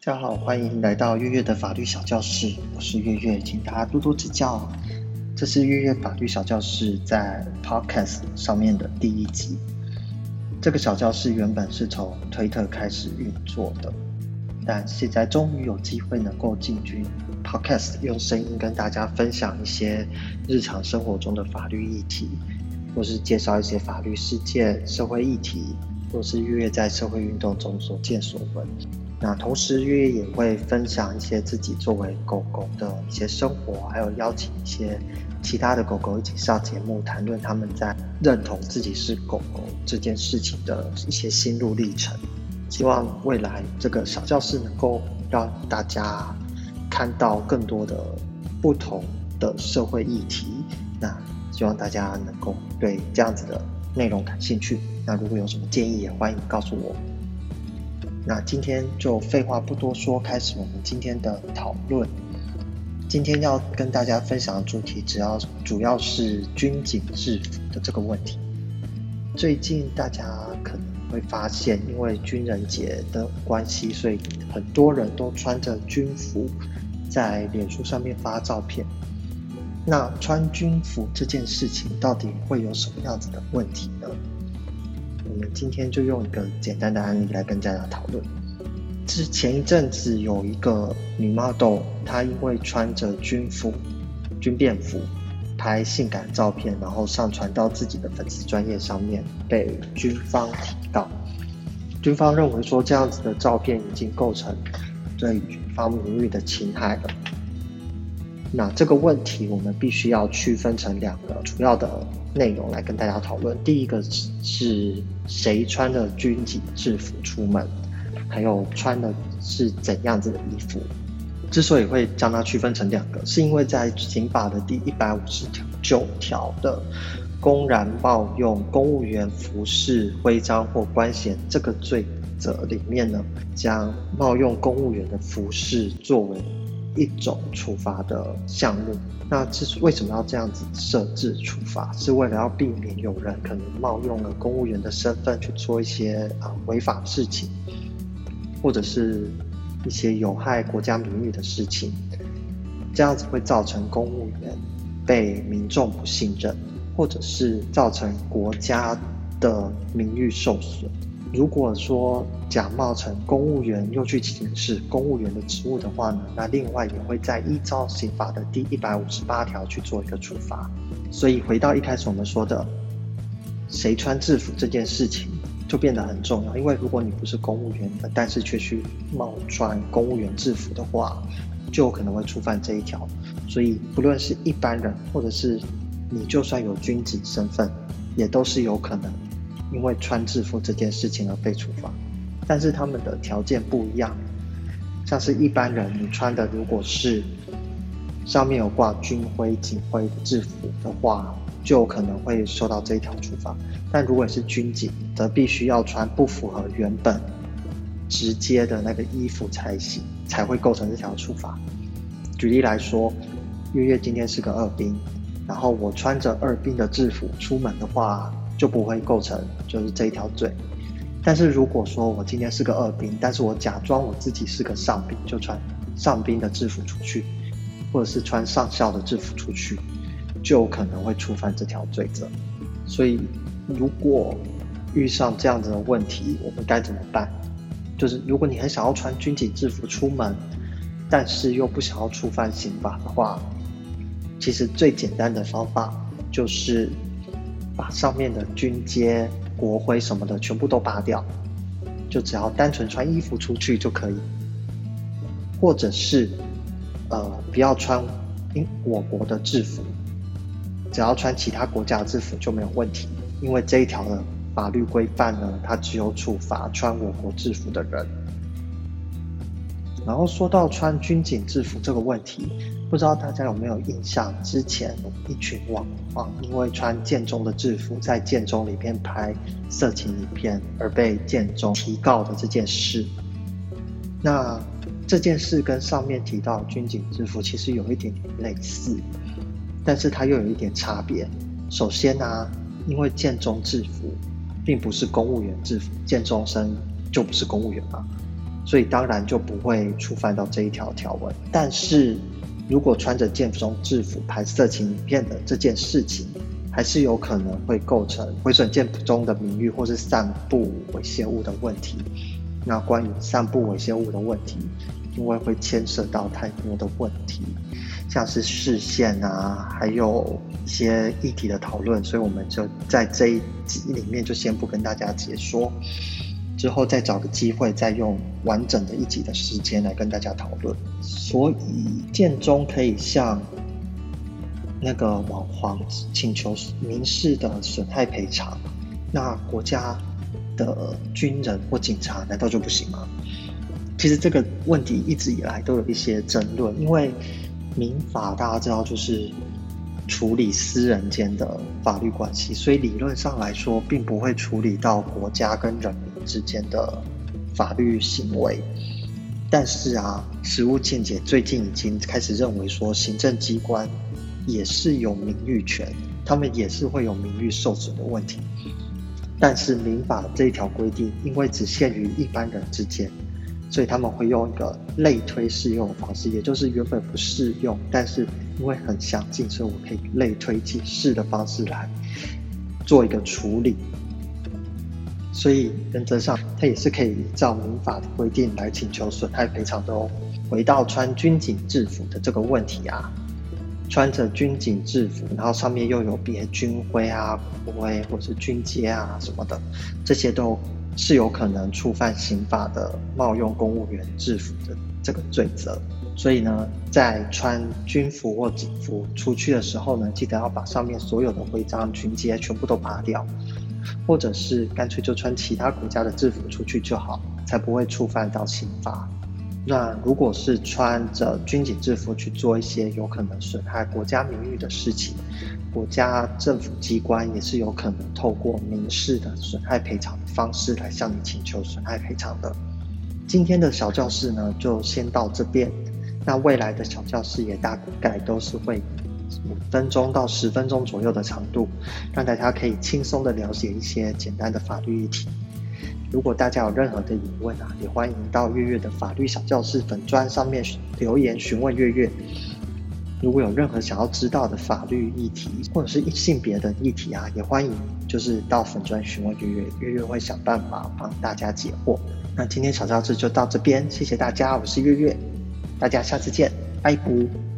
大家好，欢迎来到月月的法律小教室，我是月月，请大家多多指教。这是月月法律小教室在 Podcast 上面的第一集。这个小教室原本是从推特开始运作的，但现在终于有机会能够进军 Podcast， 用声音跟大家分享一些日常生活中的法律议题，或是介绍一些法律事件、社会议题，或是月月在社会运动中所见所闻。那同时月月也会分享一些自己作为狗狗的一些生活，还有邀请一些其他的狗狗一起上节目，谈论他们在认同自己是狗狗这件事情的一些心路历程。希望未来这个小教室能够让大家看到更多的不同的社会议题，那希望大家能够对这样子的内容感兴趣。那如果有什么建议也欢迎告诉我。那今天就废话不多说，开始我们今天的讨论。今天要跟大家分享的主题主要是军警制服的这个问题。最近大家可能会发现，因为军人节的关系，所以很多人都穿着军服在脸书上面发照片。那穿军服这件事情到底会有什么样子的问题呢？我们今天就用一个简单的案例来跟大家讨论。前一阵子有一个女 model， 她因为穿着军便服拍性感照片，然后上传到自己的粉丝专页上面，被军方提告。军方认为说这样子的照片已经构成对军方名誉的侵害了。那这个问题我们必须要区分成两个主要的内容来跟大家讨论。第一个是谁穿了军警制服出门，还有穿的是怎样子的衣服。之所以会将它区分成两个，是因为在刑法的第159条的公然冒用公务员服饰、徽章或官衔这个罪责里面呢，将冒用公务员的服饰作为一种处罚的项目。那为什么要这样子设置处罚？是为了要避免有人可能冒用了公务员的身份去做一些违法事情，或者是一些有害国家名誉的事情，这样子会造成公务员被民众不信任，或者是造成国家的名誉受损。如果说假冒成公务员又去行使公务员的职务的话呢，那另外也会再依照刑法的第158条去做一个处罚。所以回到一开始我们说的谁穿制服这件事情就变得很重要，因为如果你不是公务员的，但是却去冒穿公务员制服的话，就可能会触犯这一条。所以不论是一般人，或者是你就算有军警身份，也都是有可能因为穿制服这件事情而被处罚。但是他们的条件不一样，像是一般人，你穿的如果是上面有挂军徽、警徽的制服的话，就可能会受到这一条处罚。但如果是军警，则必须要穿不符合原本直接的那个衣服才行，才会构成这条处罚。举例来说，月月今天是个二兵，然后我穿着二兵的制服出门的话，就不会构成就是这一条罪。但是如果说我今天是个二兵，但是我假装我自己是个上兵，就穿上兵的制服出去，或者是穿上校的制服出去，就可能会触犯这条罪责。所以如果遇上这样子的问题，我们该怎么办？就是如果你很想要穿军警制服出门，但是又不想要触犯刑法的话，其实最简单的方法就是把上面的军阶、国徽什么的全部都拔掉，就只要单纯穿衣服出去就可以。或者是不要穿我国的制服，只要穿其他国家的制服就没有问题，因为这一条的法律规范呢，它只有处罚穿我国制服的人。然后说到穿军警制服这个问题，不知道大家有没有印象，之前一群网因为穿建中的制服在建中里面拍色情影片而被建中提告的这件事。那这件事跟上面提到的军警制服其实有一点点类似，但是它又有一点差别。首先因为建中制服并不是公务员制服，建中生就不是公务员嘛， 所以当然就不会触犯到这一条条文。但是如果穿着建中制服拍色情影片的这件事情，还是有可能会构成毁损建中的名誉或是散布猥亵物的问题。那关于散布猥亵物的问题，因为会牵涉到太多的问题，像是视线啊，还有一些议题的讨论，所以我们就在这一集里面就先不跟大家解说，之后再找个机会再用完整的一集的时间来跟大家讨论。所以建中可以向那个网黄请求民事的损害赔偿，那国家的军人或警察难道就不行吗？其实这个问题一直以来都有一些争论，因为民法大家知道就是处理私人间的法律关系，所以理论上来说并不会处理到国家跟人民之间的法律行为。但是实务见解最近已经开始认为说，行政机关也是有名誉权，他们也是会有名誉受损的问题。但是民法这一条规定，因为只限于一般人之间，所以他们会用一个类推适用的方式，也就是原本不适用，但是因为很相近，所以我可以类推解释的方式来做一个处理。所以原则上它也是可以依照民法的规定来请求损害赔偿的哦。回到穿军警制服的这个问题穿着军警制服，然后上面又有别军徽国徽或是军阶什么的，这些都是有可能触犯刑法的冒用公务员制服的这个罪责。所以呢，在穿军服或警服出去的时候呢，记得要把上面所有的徽章军阶全部都拔掉，或者是干脆就穿其他国家的制服出去就好，才不会触犯到刑法。那如果是穿着军警制服去做一些有可能损害国家名誉的事情，国家政府机关也是有可能透过民事的损害赔偿的方式来向你请求损害赔偿的。今天的小教室呢，就先到这边。那未来的小教室也大概都是会5分钟到10分钟左右的长度，让大家可以轻松的了解一些简单的法律议题。如果大家有任何的疑问也欢迎到月月的法律小教室粉专上面留言询问月月。如果有任何想要知道的法律议题，或者是性别的议题也欢迎就是到粉专询问月月，月月会想办法帮大家解惑。那今天小教室就到这边，谢谢大家，我是月月，大家下次见，拜拜。